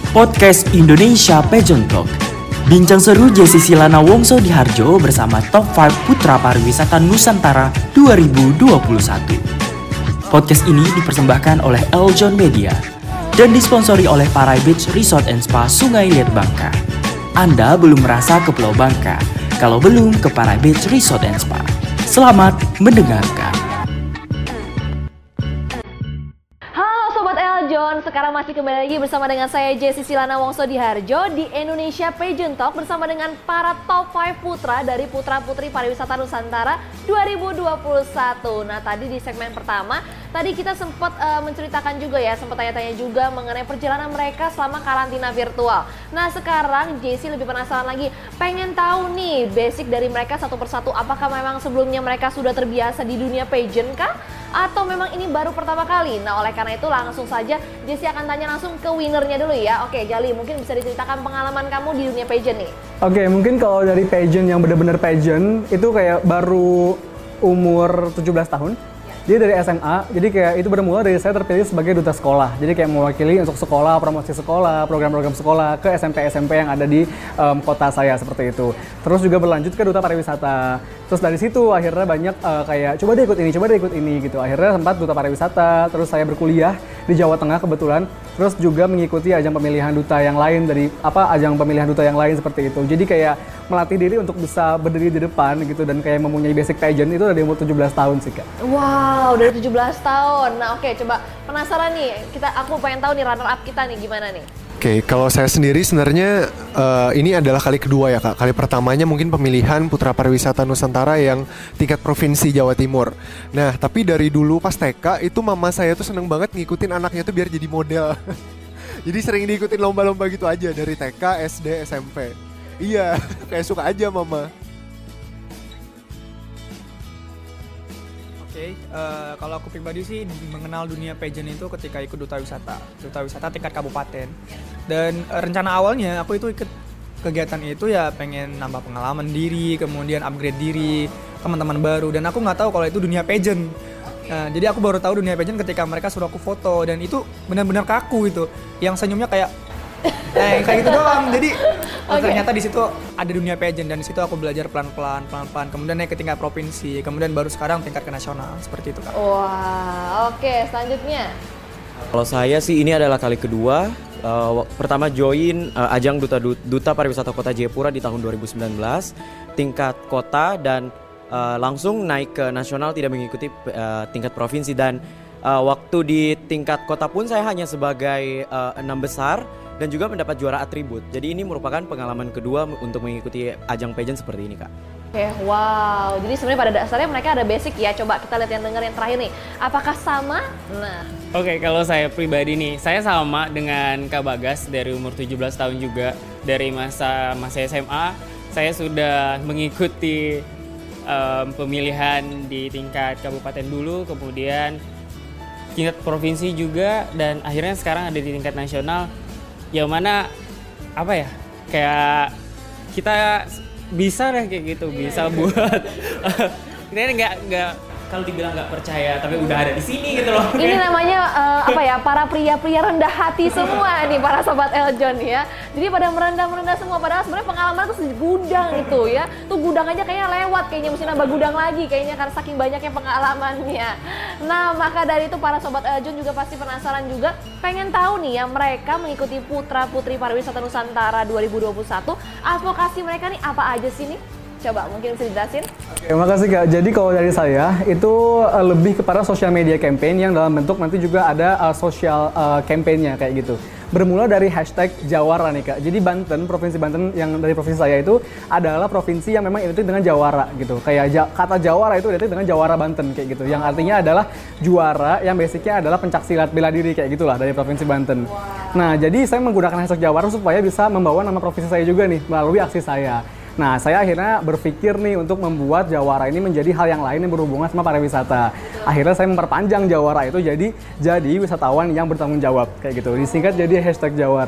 Podcast Indonesia Pageant Talk. Bincang seru Jessi Silana Wongso Diharjo bersama Top 5 Putra Pariwisata Nusantara 2021. Podcast ini dipersembahkan oleh Eljon Media dan disponsori oleh Parai Beach Resort and Spa Sungai Liat Bangka. Anda belum merasa ke Pulau Bangka kalau belum ke Parai Beach Resort and Spa. Selamat mendengarkan. Sekarang masih kembali lagi bersama dengan saya Jessi Silana Wongso Diharjo di Indonesia Pageant Talk bersama dengan para top 5 putra dari Putra Putri Pariwisata Nusantara 2021. Nah, tadi di segmen pertama tadi kita sempat menceritakan juga ya, sempat tanya-tanya juga mengenai perjalanan mereka selama karantina virtual. Nah, sekarang Jessi lebih penasaran lagi, pengen tahu nih basic dari mereka satu persatu. Apakah memang sebelumnya mereka sudah terbiasa di dunia pageant kah? Atau memang ini baru pertama kali? Nah, oleh karena itu langsung saja Jessi akan tanya langsung ke winnernya dulu ya. Oke, Jali, mungkin bisa diceritakan pengalaman kamu di dunia pageant nih. Oke, mungkin kalau dari pageant yang benar-benar pageant itu kayak baru umur 17 tahun. Jadi dari SMA, jadi kayak itu bermula dari saya terpilih sebagai duta sekolah. Jadi kayak mewakili untuk sekolah, promosi sekolah, program-program sekolah ke SMP-SMP yang ada di kota saya seperti itu. Terus juga berlanjut ke duta pariwisata. Terus dari situ akhirnya banyak kayak coba deh ikut ini gitu. Akhirnya sempat duta pariwisata, terus saya berkuliah di Jawa Tengah kebetulan. Terus juga mengikuti ajang pemilihan duta yang lain ajang pemilihan duta yang lain seperti itu. Jadi kayak melatih diri untuk bisa berdiri di depan gitu dan kayak mempunyai basic pageant itu dari umur 17 tahun sih, Kak. Wow, dari 17 tahun. Nah, oke, coba penasaran nih. Aku pengen tahu nih runner up kita nih gimana nih. Oke, kalau saya sendiri sebenarnya ini adalah kali kedua ya, Kak. Kali pertamanya mungkin pemilihan Putra Pariwisata Nusantara yang tingkat provinsi Jawa Timur. Nah, tapi dari dulu pas TK itu mama saya tuh seneng banget ngikutin anaknya tuh biar jadi model. Jadi sering diikutin lomba-lomba gitu aja dari TK, SD, SMP. Iya, kayak suka aja mama. Kalau aku pribadi sih mengenal dunia pageant itu ketika ikut duta wisata tingkat kabupaten. Dan rencana awalnya aku itu ikut kegiatan itu ya pengen nambah pengalaman diri, kemudian upgrade diri, teman-teman baru. Dan aku nggak tahu kalau itu dunia pageant. Nah, jadi aku baru tahu dunia pageant ketika mereka suruh aku foto dan itu benar-benar kaku gitu. Yang senyumnya kayak kayak gitu doang. Jadi ternyata di situ ada dunia pageant dan di situ aku belajar pelan-pelan, kemudian naik ke tingkat provinsi, kemudian baru sekarang tingkat ke nasional, seperti itu, Kak. Wah, oke, selanjutnya. Kalau saya sih ini adalah kali kedua. Pertama join ajang Duta Pariwisata Kota Jayapura di tahun 2019 tingkat kota dan langsung naik ke nasional, tidak mengikuti tingkat provinsi. Dan waktu di tingkat kota pun saya hanya sebagai 6 besar dan juga mendapat juara atribut. Jadi ini merupakan pengalaman kedua untuk mengikuti ajang pageant seperti ini, Kak. Oke, wow. Jadi sebenarnya pada dasarnya mereka ada basic ya. Coba kita lihat yang denger yang terakhir nih. Apakah sama? Nah. Oke, kalau saya pribadi nih, saya sama dengan Kak Bagas dari umur 17 tahun juga. Dari masa SMA, saya sudah mengikuti pemilihan di tingkat kabupaten dulu, kemudian tingkat provinsi juga, dan akhirnya sekarang ada di tingkat nasional. Yang mana kayak kita bisa deh kayak gitu, bisa buat kita nggak kalau dibilang nggak percaya, tapi udah ada di sini gitu loh. Ini namanya para pria-pria rendah hati semua nih para sobat Eljon ya. Jadi pada merendah semua, padahal sebenarnya pengalaman tuh gudang itu ya. Tuh gudang aja kayaknya lewat, kayaknya mesti nambah gudang lagi kayaknya karena saking banyaknya pengalamannya. Nah, maka dari itu para sobat Eljon juga pasti penasaran juga, pengen tahu nih ya mereka mengikuti Putra Putri Pariwisata Nusantara 2021, advokasi mereka nih apa aja sih nih? Coba mungkin bisa dijelasin. Oke, makasih, Kak. Jadi kalau dari saya itu lebih kepada social media campaign yang dalam bentuk nanti juga ada social campaign-nya kayak gitu. Bermula dari hashtag Jawara nih, Kak. Jadi Provinsi Banten yang dari provinsi saya itu adalah provinsi yang memang identik dengan Jawara gitu. Kayak kata Jawara itu identik dengan Jawara Banten kayak gitu. Yang artinya adalah juara yang basicnya adalah pencaksilat bela diri kayak gitulah dari Provinsi Banten. Wow. Nah, jadi saya menggunakan hashtag Jawara supaya bisa membawa nama provinsi saya juga nih melalui aksi saya. Nah, saya akhirnya berpikir nih untuk membuat Jawara ini menjadi hal yang lain yang berhubungan sama pariwisata. Akhirnya saya memperpanjang Jawara itu jadi wisatawan yang bertanggung jawab kayak gitu. Disingkat jadi hashtag Jawara.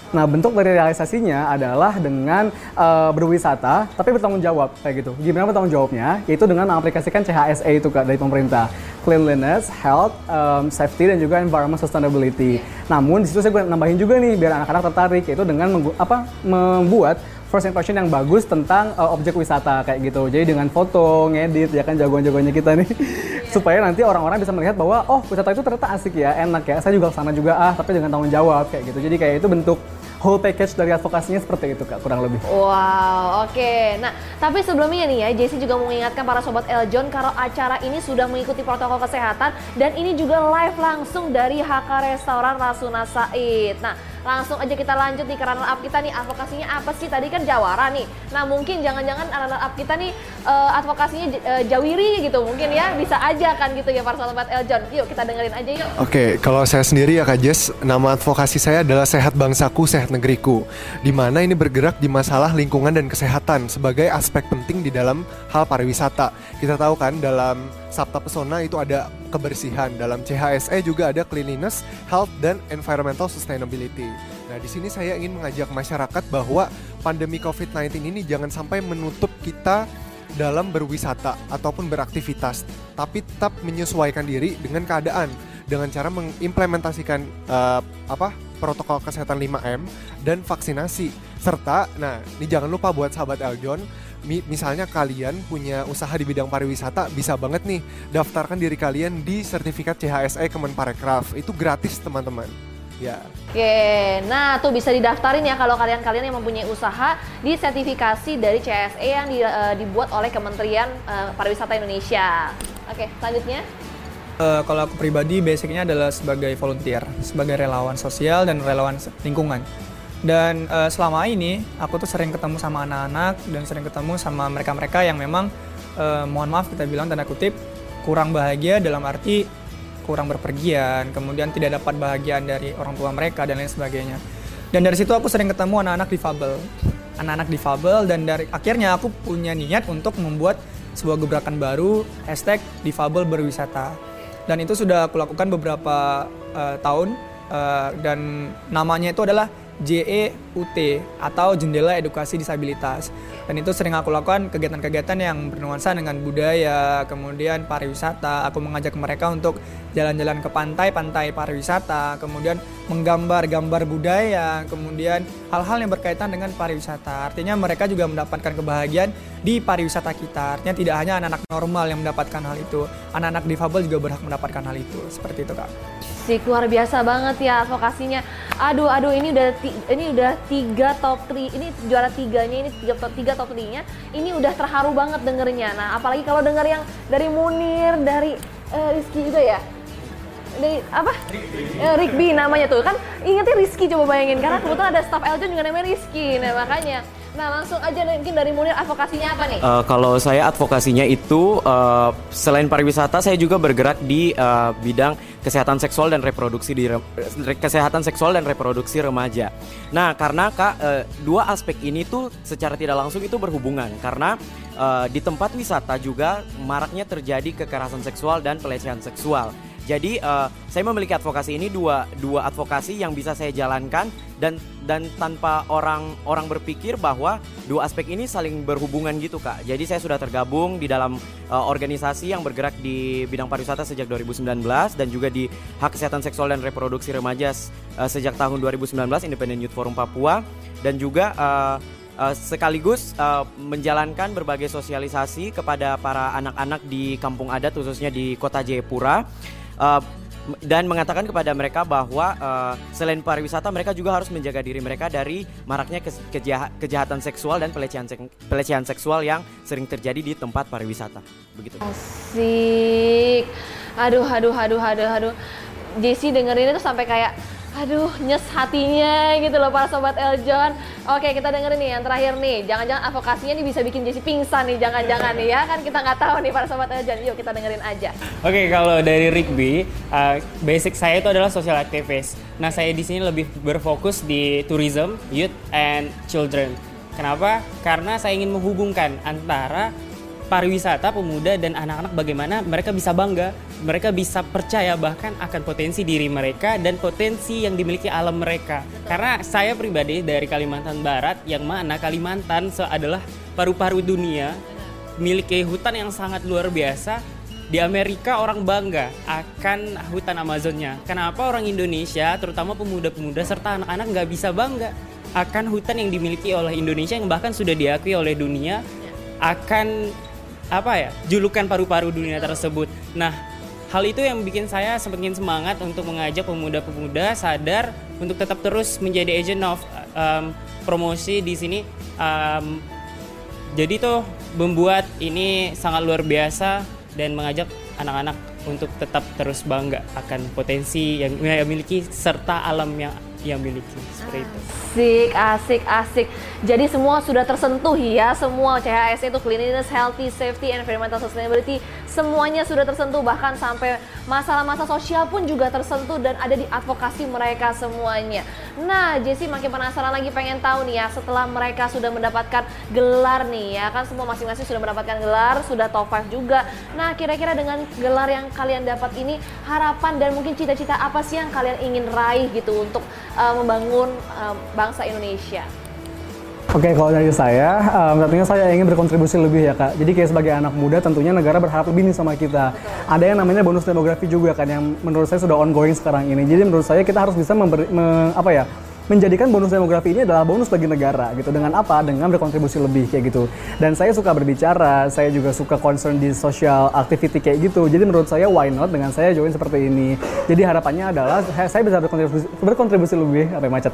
Nah, bentuk dari realisasinya adalah dengan berwisata, tapi bertanggung jawab kayak gitu. Gimana bertanggung jawabnya? Yaitu dengan mengaplikasikan CHSE itu Kak dari pemerintah. Cleanliness, Health, Safety, dan juga Environment Sustainability. Namun di situ saya nambahin juga nih biar anak-anak tertarik, yaitu dengan membuat first impression yang bagus tentang objek wisata kayak gitu. Jadi dengan foto, ngedit, ya kan jagoan-jagoannya kita nih. Supaya nanti orang-orang bisa melihat bahwa oh wisata itu ternyata asik ya, enak ya. Saya juga kesana juga tapi dengan tanggung jawab kayak gitu. Jadi kayak itu bentuk whole package dari advokasinya seperti itu Kak, kurang lebih. Wow, oke. Nah, tapi sebelumnya nih ya, Jessie juga mengingatkan para Sobat Eljon kalau acara ini sudah mengikuti protokol kesehatan dan ini juga live langsung dari HK Restoran Rasuna Said. Nah, langsung aja kita lanjut nih ke runner up kita nih, advokasinya apa sih? Tadi kan Jawara nih. Nah, mungkin jangan-jangan runner up kita nih advokasinya Jawiri gitu mungkin ya, bisa aja kan gitu ya para Sobat Eljon. Yuk kita dengerin aja yuk. Oke, kalau saya sendiri ya Kak Jess, nama advokasi saya adalah Sehat Bangsaku, Sehat Negeriku, di mana ini bergerak di masalah lingkungan dan kesehatan sebagai aspek penting di dalam hal pariwisata. Kita tahu kan dalam Sabta Pesona itu ada kebersihan, dalam CHSE juga ada cleanliness, health, dan environmental sustainability. Nah, di sini saya ingin mengajak masyarakat bahwa pandemi COVID-19 ini jangan sampai menutup kita dalam berwisata ataupun beraktivitas, tapi tetap menyesuaikan diri dengan keadaan dengan cara mengimplementasikan protokol kesehatan 5M dan vaksinasi. Serta, nah ini jangan lupa buat sahabat Eljon, misalnya kalian punya usaha di bidang pariwisata, bisa banget nih daftarkan diri kalian di sertifikat CHSE Kemenparekraf. Itu gratis teman-teman. Ya. Oke, nah tuh bisa didaftarin ya kalau kalian-kalian yang mempunyai usaha di sertifikasi dari CHSE yang dibuat oleh Kementerian Pariwisata Indonesia. Oke, selanjutnya. Kalau aku pribadi basicnya adalah sebagai volunteer, sebagai relawan sosial dan relawan lingkungan. Dan selama ini aku tuh sering ketemu sama anak-anak dan sering ketemu sama mereka-mereka yang memang mohon maaf kita bilang tanda kutip kurang bahagia, dalam arti kurang berpergian, kemudian tidak dapat bahagian dari orang tua mereka dan lain sebagainya. Dan dari situ aku sering ketemu anak-anak difabel dan dari akhirnya aku punya niat untuk membuat sebuah gebrakan baru #difabel berwisata. Dan itu sudah aku lakukan beberapa tahun dan namanya itu adalah JEUT atau Jendela Edukasi Disabilitas. Dan itu sering aku lakukan kegiatan-kegiatan yang bernuansa dengan budaya, kemudian pariwisata. Aku mengajak mereka untuk jalan-jalan ke pantai-pantai pariwisata, kemudian menggambar-gambar budaya, kemudian hal-hal yang berkaitan dengan pariwisata. Artinya mereka juga mendapatkan kebahagiaan di pariwisata kita. Artinya tidak hanya anak-anak normal yang mendapatkan hal itu, anak-anak difabel juga berhak mendapatkan hal itu. Seperti itu Kak. Luar biasa banget ya advokasinya. Aduh ini udah 3 top 3. Ini juara 3-nya, ini 3 top 3-nya. Ini udah terharu banget dengernya. Nah, apalagi kalau denger yang dari Munir, dari Rizky juga ya. Dari apa? Rikbi namanya tuh. Kan ingetnya Rizky, coba bayangin karena kebetulan ada staff Eljon juga namanya Rizky. Nah, makanya. Nah, langsung aja mungkin dari Munir advokasinya apa nih? Kalau saya advokasinya itu selain pariwisata, saya juga bergerak di bidang kesehatan seksual dan reproduksi remaja. Nah, karena Kak, dua aspek ini tuh secara tidak langsung itu berhubungan karena di tempat wisata juga maraknya terjadi kekerasan seksual dan pelecehan seksual. Jadi saya memiliki advokasi ini dua advokasi yang bisa saya jalankan dan tanpa orang berpikir bahwa dua aspek ini saling berhubungan gitu Kak. Jadi saya sudah tergabung di dalam organisasi yang bergerak di bidang pariwisata sejak 2019 dan juga di hak kesehatan seksual dan reproduksi remaja sejak tahun 2019 Independent Youth Forum Papua dan juga sekaligus menjalankan berbagai sosialisasi kepada para anak-anak di kampung adat khususnya di Kota Jayapura. Dan mengatakan kepada mereka bahwa selain pariwisata mereka juga harus menjaga diri mereka dari maraknya kejahatan seksual dan pelecehan seksual yang sering terjadi di tempat pariwisata. Begitu. Asik. Aduh. Jessie dengerin itu sampai kayak nyes hatinya gitu loh para Sobat Eljon. Oke, kita dengerin nih yang terakhir nih. Jangan-jangan advokasinya nih bisa bikin Jessie pingsan nih, jangan-jangan nih ya. Kan kita nggak tahu nih para Sobat Eljon. Yuk kita dengerin aja. Oke, kalau dari Rikbi, basic saya itu adalah social activist. Nah, saya di sini lebih berfokus di tourism, youth, and children. Kenapa? Karena saya ingin menghubungkan antara pariwisata, pemuda dan anak-anak bagaimana mereka bisa bangga, mereka bisa percaya bahkan akan potensi diri mereka dan potensi yang dimiliki alam mereka. Karena saya pribadi dari Kalimantan Barat, yang mana Kalimantan adalah paru-paru dunia, memiliki hutan yang sangat luar biasa. Di Amerika orang bangga akan hutan Amazonnya. Kenapa orang Indonesia, terutama pemuda-pemuda serta anak-anak nggak bisa bangga akan hutan yang dimiliki oleh Indonesia yang bahkan sudah diakui oleh dunia akan julukan paru-paru dunia tersebut. Nah, hal itu yang bikin saya semakin semangat untuk mengajak pemuda-pemuda sadar untuk tetap terus menjadi agent of promosi di sini. Jadi tuh membuat ini sangat luar biasa dan mengajak anak-anak untuk tetap terus bangga akan potensi yang miliki serta alam yang miliki, seperti itu. Asik. Jadi semua sudah tersentuh ya, semua CHSE itu cleanliness, healthy, safety, environmental sustainability, semuanya sudah tersentuh, bahkan sampai masalah-masalah sosial pun juga tersentuh dan ada di advokasi mereka semuanya. Nah, Jessie makin penasaran lagi, pengen tahu nih ya, setelah mereka sudah mendapatkan gelar nih ya, kan semua masing-masing sudah mendapatkan gelar, sudah top 5 juga. Nah, kira-kira dengan gelar yang kalian dapat ini, harapan dan mungkin cita-cita apa sih yang kalian ingin raih gitu untuk membangun bangsa Indonesia? Oke, kalau dari saya, tentunya saya ingin berkontribusi lebih ya Kak. Jadi kayak sebagai anak muda tentunya negara berharap lebih nih sama kita. Ada yang namanya bonus demografi juga kan, yang menurut saya sudah ongoing sekarang ini. Jadi menurut saya kita harus bisa menjadikan bonus demografi ini adalah bonus bagi negara gitu. Dengan apa? Dengan berkontribusi lebih kayak gitu. Dan saya suka berbicara, saya juga suka concern di social activity kayak gitu. Jadi menurut saya why not dengan saya join seperti ini. Jadi harapannya adalah saya bisa berkontribusi lebih,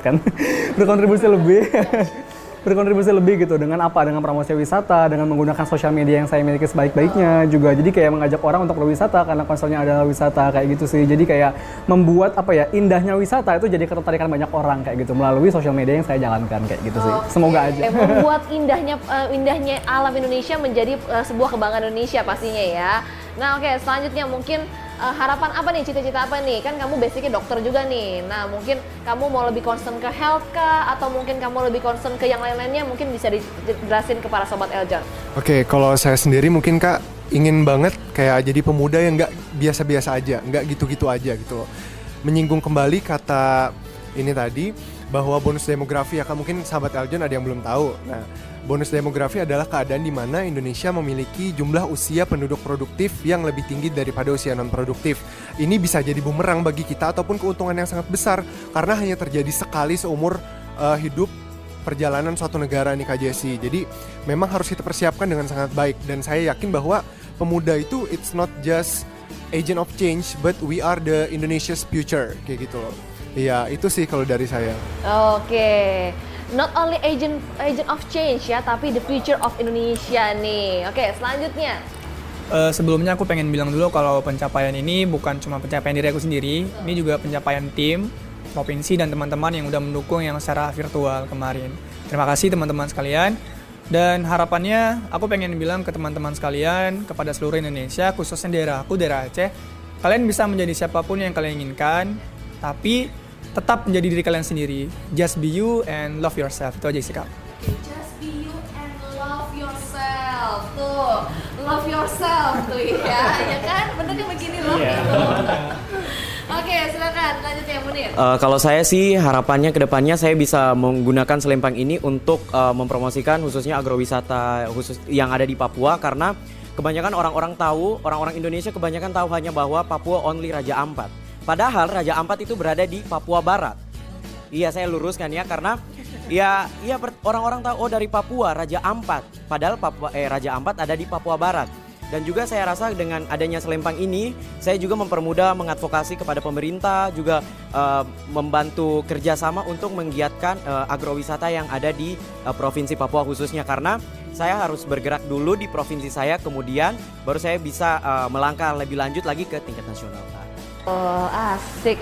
berkontribusi lebih gitu dengan apa? Dengan promosi wisata, dengan menggunakan sosial media yang saya miliki sebaik-baiknya juga. Jadi kayak mengajak orang untuk berwisata karena concernnya adalah wisata kayak gitu sih. Jadi kayak membuat indahnya wisata itu jadi ketertarikan banyak orang kayak gitu melalui sosial media yang saya jalankan kayak gitu sih. Semoga aja. Membuat indahnya alam Indonesia menjadi sebuah kebanggaan Indonesia pastinya ya. Nah, oke, selanjutnya mungkin harapan apa nih, cita-cita apa nih? Kan kamu basicnya dokter juga nih. Nah, mungkin kamu mau lebih concern ke health kah? Atau mungkin kamu lebih concern ke yang lain-lainnya? Mungkin bisa dijelasin ke para Sobat Eljon. Oke, kalau saya sendiri mungkin Kak ingin banget kayak jadi pemuda yang nggak biasa-biasa aja, nggak gitu-gitu aja gitu loh. Menyinggung kembali kata ini tadi, bahwa bonus demografi ya Kak, mungkin Sahabat Eljon ada yang belum tahu. Nah, bonus demografi adalah keadaan di mana Indonesia memiliki jumlah usia penduduk produktif yang lebih tinggi daripada usia non-produktif. Ini bisa jadi bumerang bagi kita ataupun keuntungan yang sangat besar karena hanya terjadi sekali seumur hidup perjalanan suatu negara nih Kak Jessie. Jadi memang harus kita persiapkan dengan sangat baik dan saya yakin bahwa pemuda itu it's not just agent of change but we are the Indonesia's future kayak gitu loh. Iya, itu sih kalau dari saya. Oke. Not only agent of change ya, tapi the future of Indonesia nih. Oke, selanjutnya. Sebelumnya aku pengen bilang dulu kalau pencapaian ini bukan cuma pencapaian diri aku sendiri, ini juga pencapaian tim, provinsi dan teman-teman yang udah mendukung yang secara virtual kemarin. Terima kasih teman-teman sekalian. Dan harapannya aku pengen bilang ke teman-teman sekalian, kepada seluruh Indonesia, khususnya daerah Aceh, kalian bisa menjadi siapapun yang kalian inginkan, tapi tetap menjadi diri kalian sendiri. Just be you and love yourself. Itu aja sih Kak. Just be you and love yourself. Tuh, love yourself tuh ya. Ya kan? Bener kan begini loh. Oke, silakan lanjutnya Munir. Kalau saya sih harapannya ke depannya saya bisa menggunakan Selempang ini untuk mempromosikan khususnya agrowisata khusus yang ada di Papua, karena kebanyakan orang-orang Indonesia kebanyakan tahu hanya bahwa Papua only Raja Ampat. Padahal Raja Ampat itu berada di Papua Barat. Iya, saya luruskan ya, karena orang-orang tahu dari Papua Raja Ampat. Padahal Raja Ampat ada di Papua Barat. Dan juga saya rasa dengan adanya Selempang ini, saya juga mempermudah mengadvokasi kepada pemerintah, juga membantu kerjasama untuk menggiatkan agrowisata yang ada di Provinsi Papua khususnya, karena saya harus bergerak dulu di provinsi saya, kemudian baru saya bisa melangkah lebih lanjut lagi ke tingkat nasional. Oh, asik.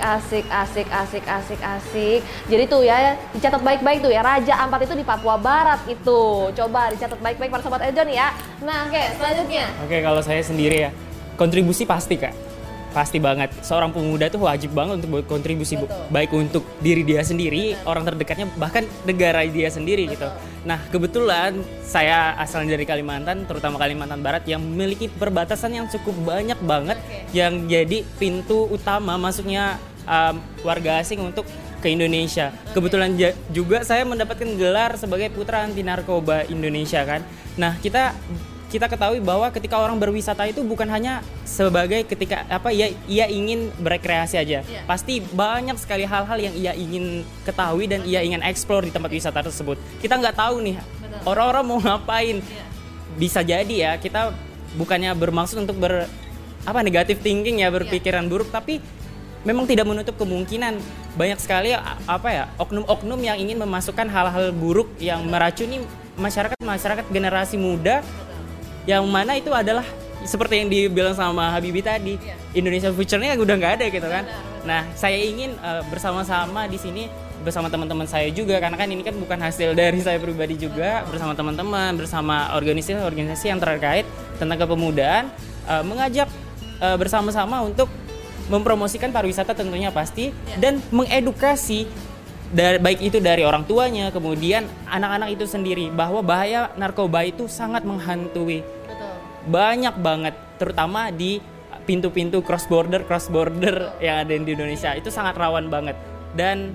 Jadi tuh ya, dicatat baik-baik tuh ya, Raja Ampat itu di Papua Barat itu. Coba dicatat baik-baik para Sobat Eljon ya. Nah, oke, selanjutnya. Oke, kalau saya sendiri ya, kontribusi pasti Kak. pasti banget seorang pemuda tuh wajib banget untuk berkontribusi baik untuk diri dia sendiri, orang terdekatnya, bahkan negara dia sendiri gitu. Nah kebetulan saya asal dari Kalimantan, terutama Kalimantan Barat yang memiliki perbatasan yang cukup banyak banget yang jadi pintu utama masuknya warga asing untuk ke Indonesia. Kebetulan juga saya mendapatkan gelar sebagai Putra Anti Narkoba Indonesia kan. Nah kita ketahui bahwa ketika orang berwisata itu bukan hanya sebagai ketika ia ingin berekreasi aja. Pasti banyak sekali hal-hal yang ia ingin ketahui dan ia ingin eksplor di tempat wisata tersebut. Kita nggak tahu nih orang-orang mau ngapain. Bisa jadi ya kita bukannya bermaksud untuk negatif thinking ya, berpikiran buruk, tapi memang tidak menutup kemungkinan banyak sekali oknum-oknum yang ingin memasukkan hal-hal buruk yang meracuni masyarakat generasi muda. Yang mana itu adalah seperti yang dibilang sama Habibie tadi, Indonesia future-nya udah nggak ada gitu kan. Nah, saya ingin bersama-sama di sini bersama teman-teman saya juga, karena kan ini kan bukan hasil dari saya pribadi juga, bersama teman-teman, bersama organisasi yang terkait tentang kepemudaan, mengajak bersama-sama untuk mempromosikan pariwisata tentunya pasti, dan mengedukasi baik itu dari orang tuanya, kemudian anak-anak itu sendiri, bahwa bahaya narkoba itu sangat menghantui. Betul. Banyak banget, terutama di pintu-pintu cross border yang ada di Indonesia, itu sangat rawan banget. Dan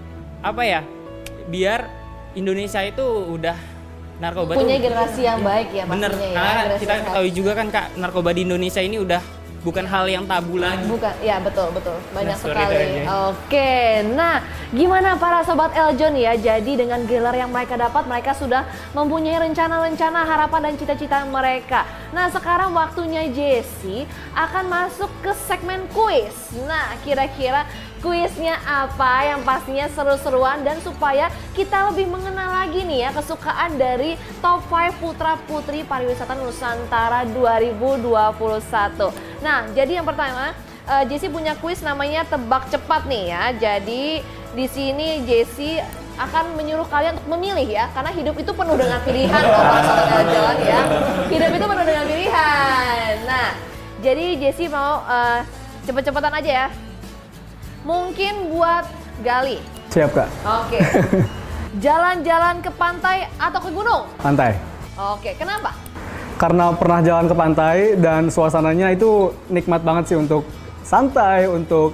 biar Indonesia itu udah narkoba punya generasi yang baik ya pastinya. Bener, ya. Karena kita ketahui juga kan Kak, narkoba di Indonesia ini udah bukan hal yang tabu lagi. Bukan, ya betul. Banyak sekali. Oke, nah gimana para Sobat Eljon ya? Jadi dengan gelar yang mereka dapat, mereka sudah mempunyai rencana-rencana, harapan dan cita-cita mereka. Nah sekarang waktunya Jessie akan masuk ke segmen kuis. Nah kira-kira kuisnya apa yang pastinya seru-seruan, dan supaya kita lebih mengenal lagi nih ya kesukaan dari Top 5 Putra Putri Pariwisata Nusantara 2021. Nah, jadi yang pertama Jessie punya kuis namanya Tebak Cepat nih ya. Jadi di sini Jessie akan menyuruh kalian untuk memilih ya, karena hidup itu penuh dengan pilihan loh para Sobat Eljon ya. Hidup itu penuh dengan pilihan. Nah, jadi Jessie mau cepet-cepetan aja ya. Mungkin buat Gali. Siap Kak. Oke. Jalan-jalan ke pantai atau ke gunung? Pantai. Oke, kenapa? Karena pernah jalan ke pantai dan suasananya itu nikmat banget sih untuk santai, untuk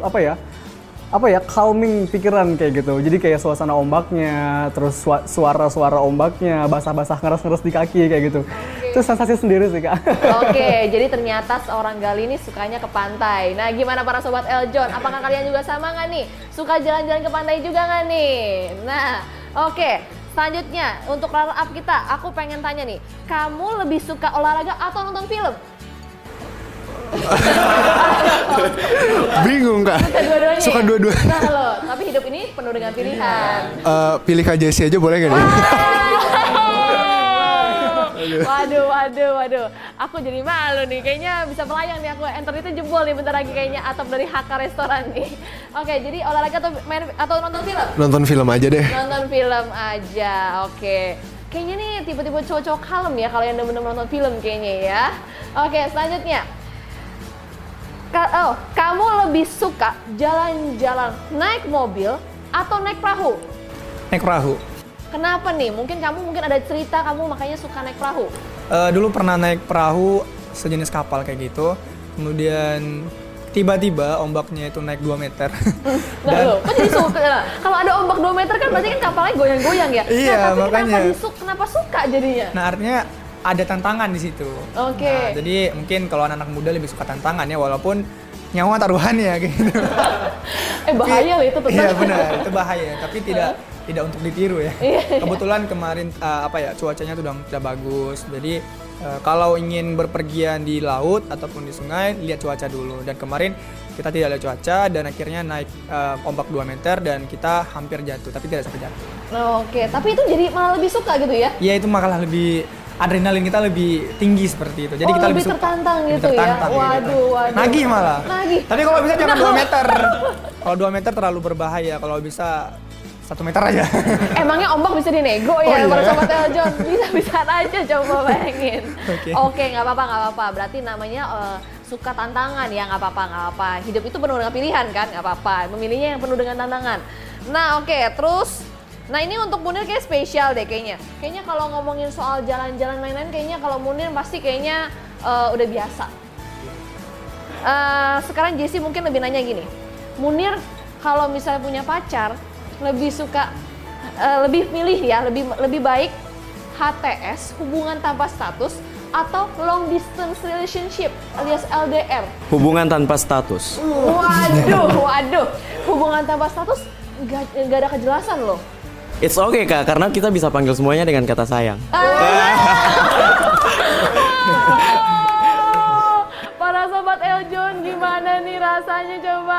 calming pikiran kayak gitu. Jadi kayak suasana ombaknya, terus suara-suara ombaknya, basah-basah ngeres-ngeres di kaki kayak gitu. Itu sensasi sendiri sih Kak. Oke, jadi ternyata seorang Gali ini sukanya ke pantai. Nah gimana para Sobat Eljon, apakah kalian juga sama nggak nih? Suka jalan-jalan ke pantai juga nggak nih? Nah oke, selanjutnya untuk runner up kita, aku pengen tanya nih, kamu lebih suka olahraga atau nonton film? Bingung Kak. Suka dua-duanya. Dua-duanya. Nah lo, tapi hidup ini penuh dengan pilihan. Pilih Kak Jessie aja boleh nggak nih? Waduh. Aku jadi malu nih. Kayaknya bisa melayang nih aku. Enter itu jebol nih bentar lagi kayaknya, atap dari HK restoran nih. Oke, jadi olahraga atau nonton film? Nonton film aja deh. Nonton film aja. Oke. Kayaknya nih tipe-tipe cowok-cowok kalem ya kalau yang bener-bener nonton film kayaknya ya. Oke, selanjutnya. Kamu lebih suka jalan-jalan naik mobil atau naik perahu? Naik perahu. Kenapa nih? Mungkin ada cerita kamu makanya suka naik perahu? Dulu pernah naik perahu sejenis kapal kayak gitu. Kemudian tiba-tiba ombaknya itu naik 2 meter. Dan kok jadi suka? Kalau ada ombak 2 meter kan berarti kan kapalnya goyang-goyang ya? Iya, nah, tapi makanya. Kenapa suka jadinya? Nah, artinya ada tantangan di situ. Oke. Nah, jadi mungkin kalau anak muda lebih suka tantangan ya, walaupun nyawa taruhannya gitu. Bahaya loh itu tentu. Iya benar, itu bahaya. Tapi tidak untuk ditiru ya. Kebetulan kemarin cuacanya tuh udah bagus. Jadi kalau ingin berpergian di laut ataupun di sungai, lihat cuaca dulu. Dan kemarin kita tidak ada cuaca dan akhirnya naik ombak 2 meter dan kita hampir jatuh, tapi tidak sampai jatuh. Oke, tapi itu jadi malah lebih suka gitu ya? Iya, itu malah lebih adrenalin kita lebih tinggi seperti itu. Jadi kita lebih tertantang gitu ya. Waduh. Nagih malah. Nagih. Tapi kalau bisa jangan 2 meter. Kalau 2 meter terlalu berbahaya. Kalau bisa 1 meter aja. Emangnya ombak bisa dinego ya, para Sobat Eljon? Bisa-bisa aja coba bayangin. Oke, nggak apa-apa. Berarti namanya suka tantangan ya nggak apa-apa. Hidup itu penuh dengan pilihan kan, nggak apa-apa. Memilihnya yang penuh dengan tantangan. Nah oke, terus, nah ini untuk Munir kayak spesial deh kayaknya. Kayaknya kalau ngomongin soal jalan-jalan lain-lain, kayaknya kalau Munir pasti kayaknya udah biasa. Sekarang Jessie mungkin lebih nanya gini, Munir kalau misalnya punya pacar lebih suka lebih milih ya, lebih baik HTS, hubungan tanpa status, atau long distance relationship alias LDR? Hubungan tanpa status. Waduh, hubungan tanpa status nggak ada kejelasan loh. It's okay Kak, karena kita bisa panggil semuanya dengan kata sayang. Para sobat Eljon, gimana nih rasanya coba?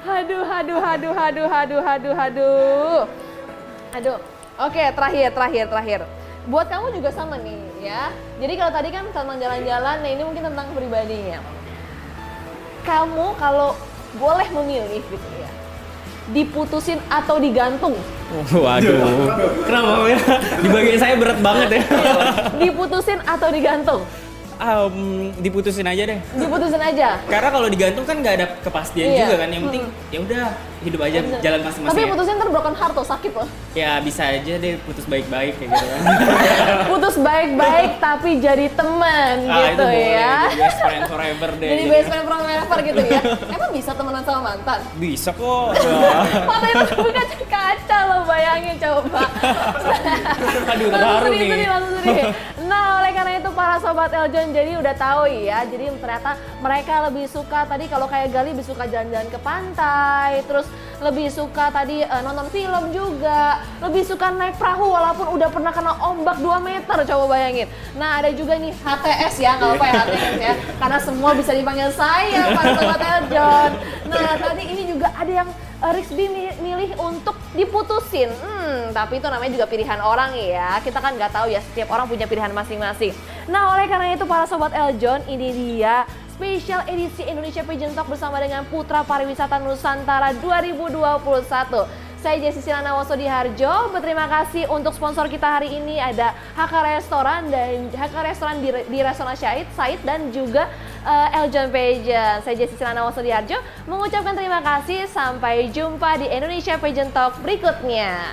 Aduh. Oke, terakhir. Buat kamu juga sama nih ya. Jadi kalau tadi kan tentang jalan-jalan, nah ini mungkin tentang pribadinya. Kamu kalau boleh memilih gitu ya, diputusin atau digantung? Waduh, kenapa ya? Di bagian saya berat banget ya. Diputusin atau digantung? Diputusin aja deh. Diputusin aja. Karena kalau digantung kan nggak ada kepastian juga kan. Yang penting ya udah hidup aja jalan masing-masing. Tapi putusin ntar broken heart tuh, sakit loh. Ya bisa aja deh putus baik-baik kayak gitu kan. Putus baik-baik tapi jadi teman gitu ya. Jadi best friend forever deh. Jadi gitu. best friend forever gitu ya. Emang bisa temenan sama mantan? Bisa kok. Mata itu tapi kaca loh, bayangin coba. Aduh, terharu nih. Langsung sedih. Nah, oleh karena itu para sobat Eljon jadi udah tahu ya. Jadi ternyata mereka lebih suka tadi, kalau kayak Gali lebih suka jalan-jalan ke pantai, terus lebih suka tadi nonton film juga, lebih suka naik perahu walaupun udah pernah kena ombak 2 meter, coba bayangin. Nah, ada juga nih HTS ya, nggak apa ya HTS ya, karena semua bisa dipanggil saya para sobat Eljon. Nah, tadi ini juga ada yang Rixby milih untuk diputusin. Tapi itu namanya juga pilihan orang ya. Kita kan nggak tahu ya, setiap orang punya pilihan masing-masing. Nah, oleh karena itu para sobat Eljon, ini dia spesial edisi Indonesia Pageant Talk bersama dengan Putra Pariwisata Nusantara 2021. Saya Jessi Silana Wongsoediharjo. Berterima kasih untuk sponsor kita hari ini, ada HK Restoran di Resona Said dan juga Eljon Pageant. Saya Jessi Silana Wongsoediharjo mengucapkan terima kasih. Sampai jumpa di Indonesia Pageant Talk berikutnya.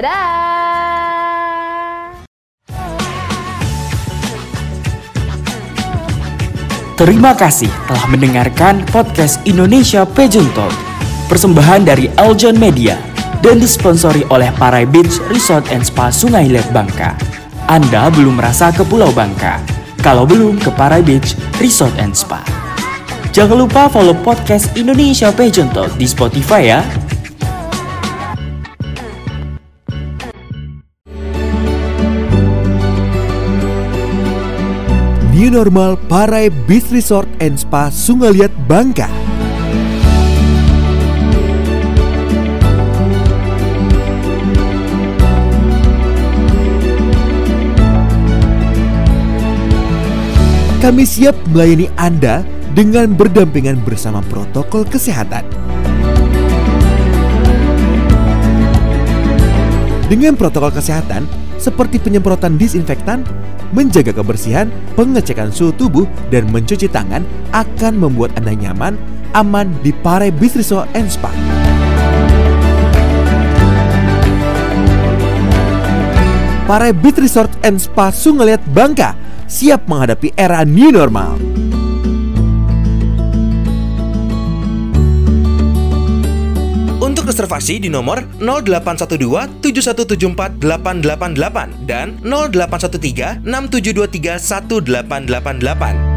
Dadah. Terima kasih telah mendengarkan podcast Indonesia Pageant Talk, persembahan dari Eljon Media dan disponsori oleh Parai Beach Resort and Spa Sungai Liat Bangka. Anda belum merasa ke Pulau Bangka? Kalau belum, ke Parai Beach Resort and Spa. Jangan lupa follow podcast Indonesia Pageant Talk di Spotify ya. New Normal Parai Beach Resort and Spa Sungai Liat Bangka. Kami siap melayani Anda dengan berdampingan bersama protokol kesehatan. Dengan protokol kesehatan seperti penyemprotan disinfektan, menjaga kebersihan, pengecekan suhu tubuh, dan mencuci tangan akan membuat Anda nyaman, aman di Parai Beach Resort and Spa. Parai Beach Resort and Spa Sungai Liat Bangka siap menghadapi era new normal. Untuk reservasi di nomor 0812 7174 888 dan 0813 6723 1888.